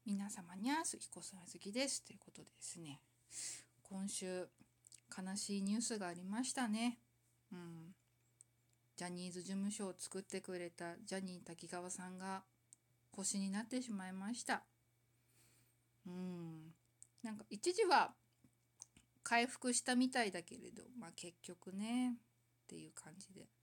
皆様にゃーす、彦空好きですということでですね、今週悲しいニュースがありましたね。ジャニーズ事務所を作ってくれたジャニー滝川さんが腰になってしまいました。なんか一時は回復したみたいだけれど、結局ねっていう感じで、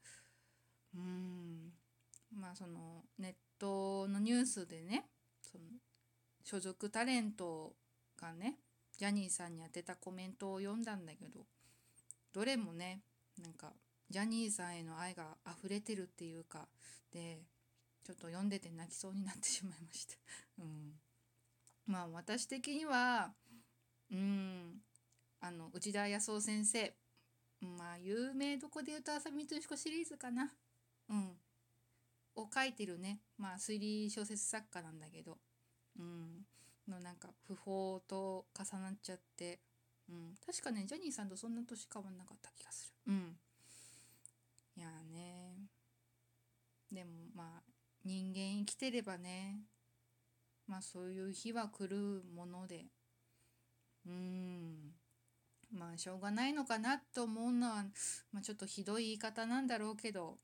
そのネットのニュースでね、その所属タレントがねジャニーさんに宛てたコメントを読んだんだけど、どれもねなんかジャニーさんへの愛が溢れてるっていうかで、ちょっと読んでて泣きそうになってしまいました。私的には内田康夫先生、有名どこで言うと浅見とし子シリーズかな、を書いてるね、推理小説作家なんだけど、のなんか訃報と重なっちゃって、確かねジャニーさんとそんな年変わんなかった気がする。いやーね、でも人間生きてればね、そういう日は来るもので、しょうがないのかなと思うのは、ちょっとひどい言い方なんだろうけど、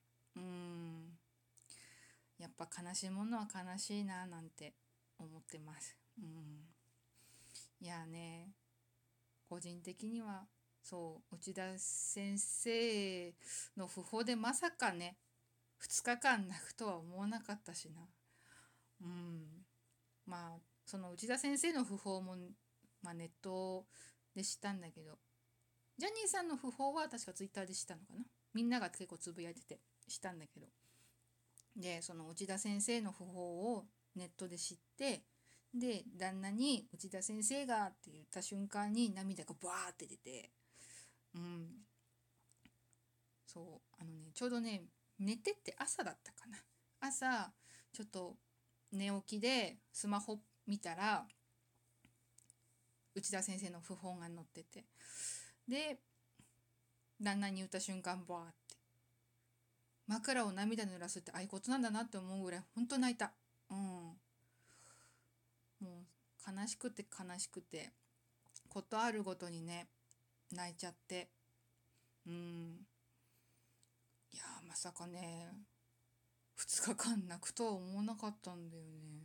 やっぱ悲しいものは悲しいななんて思ってます。いやね、個人的にはそう内田先生の訃報でまさかね2日間泣くとは思わなかったしな。うんその内田先生の訃報も、ネットで知ったんだけど、ジャニーさんの訃報は確かツイッターで知ったのかな、みんなが結構つぶやいてて知ったんだけど、でその内田先生の訃報をネットで知って、で旦那に「内田先生が」って言った瞬間に涙がバーって出て、そうちょうどね寝てって朝だったかな、朝ちょっと寝起きでスマホ見たら内田先生の訃報が載ってて、で旦那に言った瞬間バーって枕を涙濡らすってああいうことなんだなって思うぐらい本当泣いた。もう悲しくて悲しくてことあるごとにね泣いちゃって、いやまさかね2日間泣くとは思わなかったんだよね。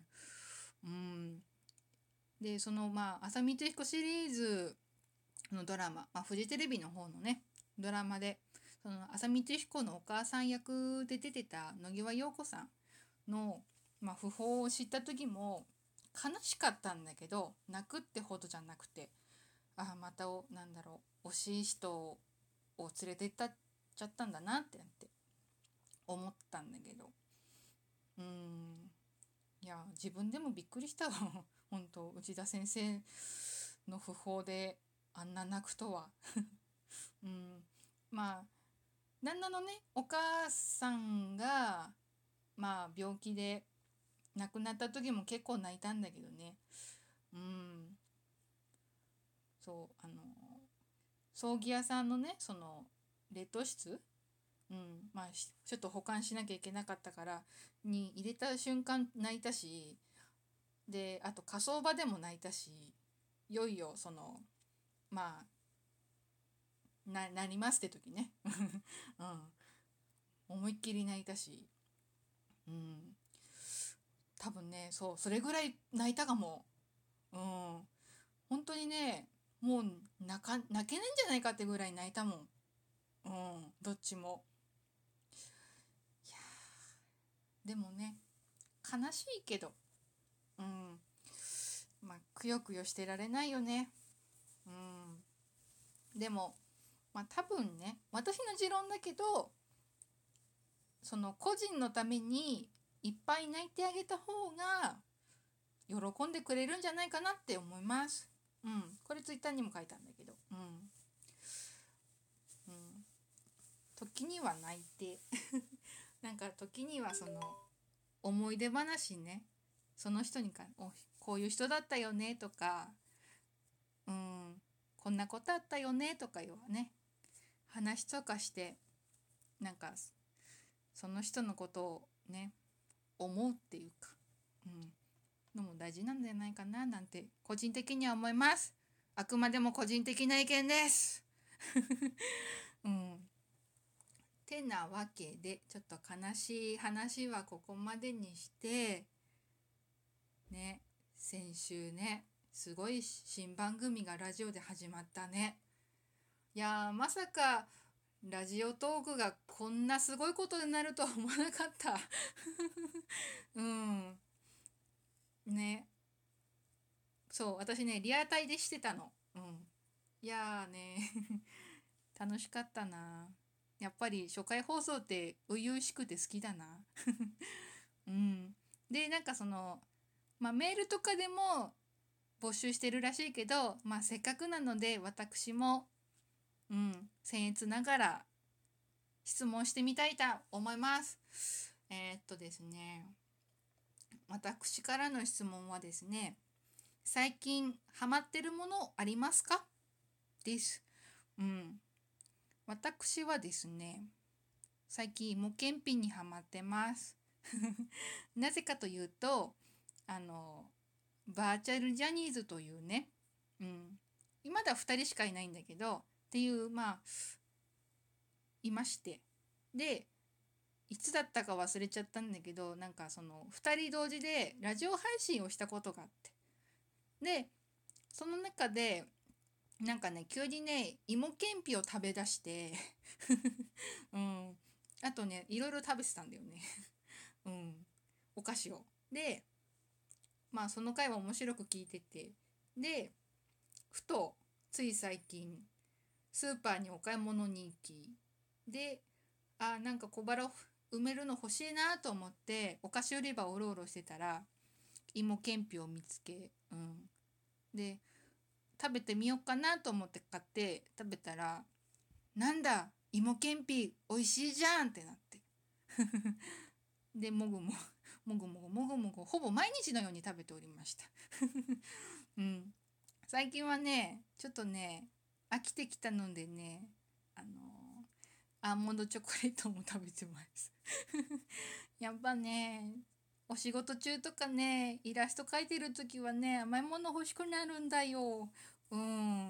でその浅見と彦シリーズのドラマ、フジテレビの方のねドラマでその浅見と彦のお母さん役で出てた野際陽子さんの、訃報を知った時も悲しかったんだけど泣くってほどじゃなくて、またなんだろう惜しい人を連れてったっちゃったんだなって思ったんだけど、いや自分でもびっくりしたわ。本当内田先生の訃報であんな泣くとは。まあ旦那のねお母さんが病気で亡くなった時も結構泣いたんだけどね。そう葬儀屋さんのねその冷凍室、ちょっと保管しなきゃいけなかったからに入れた瞬間泣いたし、であと火葬場でも泣いたし、いよいよそのまなりますって時ね、思いっきり泣いたし、多分ねそれぐらい泣いたかも。本当にねもう泣けないんじゃないかってぐらい泣いたもん。どっちも。いやでもね悲しいけど、くよくよしてられないよね。でも多分ね私の持論だけど、その個人のためにいっぱい泣いてあげた方が喜んでくれるんじゃないかなって思います。これツイッターにも書いたんだけど、時には泣いてなんか時にはその思い出話ね、その人にこういう人だったよねとか、こんなことあったよねとかいうね話とかして、なんかその人のことをね思うっていうか、 のも大事なんじゃないかななんて個人的には思います。あくまでも個人的な意見です。うん。てなわけでちょっと悲しい話はここまでにしてね、先週ね、すごい新番組がラジオで始まったね。いやー、まさかラジオトークがこんなすごいことになるとは思わなかった。うん。ね。そう、私ね、リアタイでしてたの。うん。いやーね、楽しかったな。やっぱり初回放送って初々しくて好きだな。うん。で、なんかまあメールとかでも募集してるらしいけど、まあせっかくなので私も、僭越ながら質問してみたいと思います。ですね、私からの質問はですね、最近ハマってるものありますかです。うん。私はですね、最近芋けんぴにハマってます。なぜかというと、あの、バーチャルジャニーズというね、うん、今だ2人しかいないんだけど、っていう、まあ、いまして。で、いつだったか忘れちゃったんだけど、なんか2人同時でラジオ配信をしたことがあって。で、その中で、なんかね、急にね、芋けんぴを食べ出して、うん。あとね、いろいろ食べてたんだよね。うん。お菓子を。で、まあその回は面白く聞いてて。で、ふと、つい最近、スーパーにお買い物に行き、で、なんか小腹を埋めるの欲しいなと思って、お菓子売り場をうろうろしてたら、芋けんぴを見つけ、で、食べてみようかなと思って買って食べたら、なんだ芋けんぴ美味しいじゃんってなって。でもぐももぐもぐもぐもぐほぼ毎日のように食べておりました。うん。最近はねちょっとね飽きてきたのでね、あのアーモンドチョコレートも食べてます。やっぱね、お仕事中とかね、イラスト描いてる時はね、甘いもの欲しくなるんだよ。うん。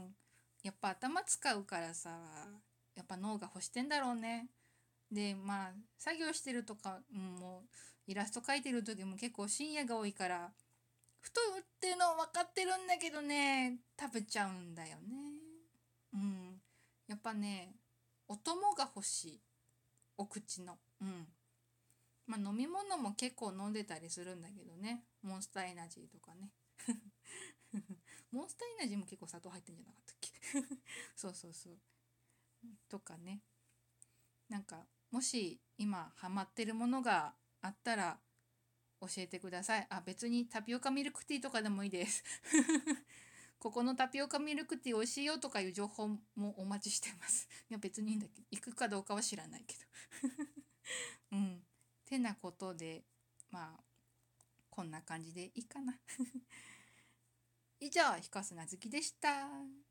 やっぱ頭使うからさ、やっぱ脳が欲してんだろうね。で、まあ、作業してるとか、もう、イラスト描いてる時も結構深夜が多いから、太るっていうのは分かってるんだけどね、食べちゃうんだよね。うん。やっぱね、お供が欲しい。お口の。うん。まあ飲み物も結構飲んでたりするんだけどね。モンスターエナジーとかね。モンスターエナジーも結構砂糖入ってんじゃなかったっけ。そうそうそう。とかね。なんか、もし今ハマってるものがあったら教えてください。別にタピオカミルクティーとかでもいいです。ここのタピオカミルクティー美味しいよとかいう情報もお待ちしてます。いや別にいいんだけど、行くかどうかは知らないけど。うん。てなことで、まあ、こんな感じでいいかな。以上、ひこすなずきでした。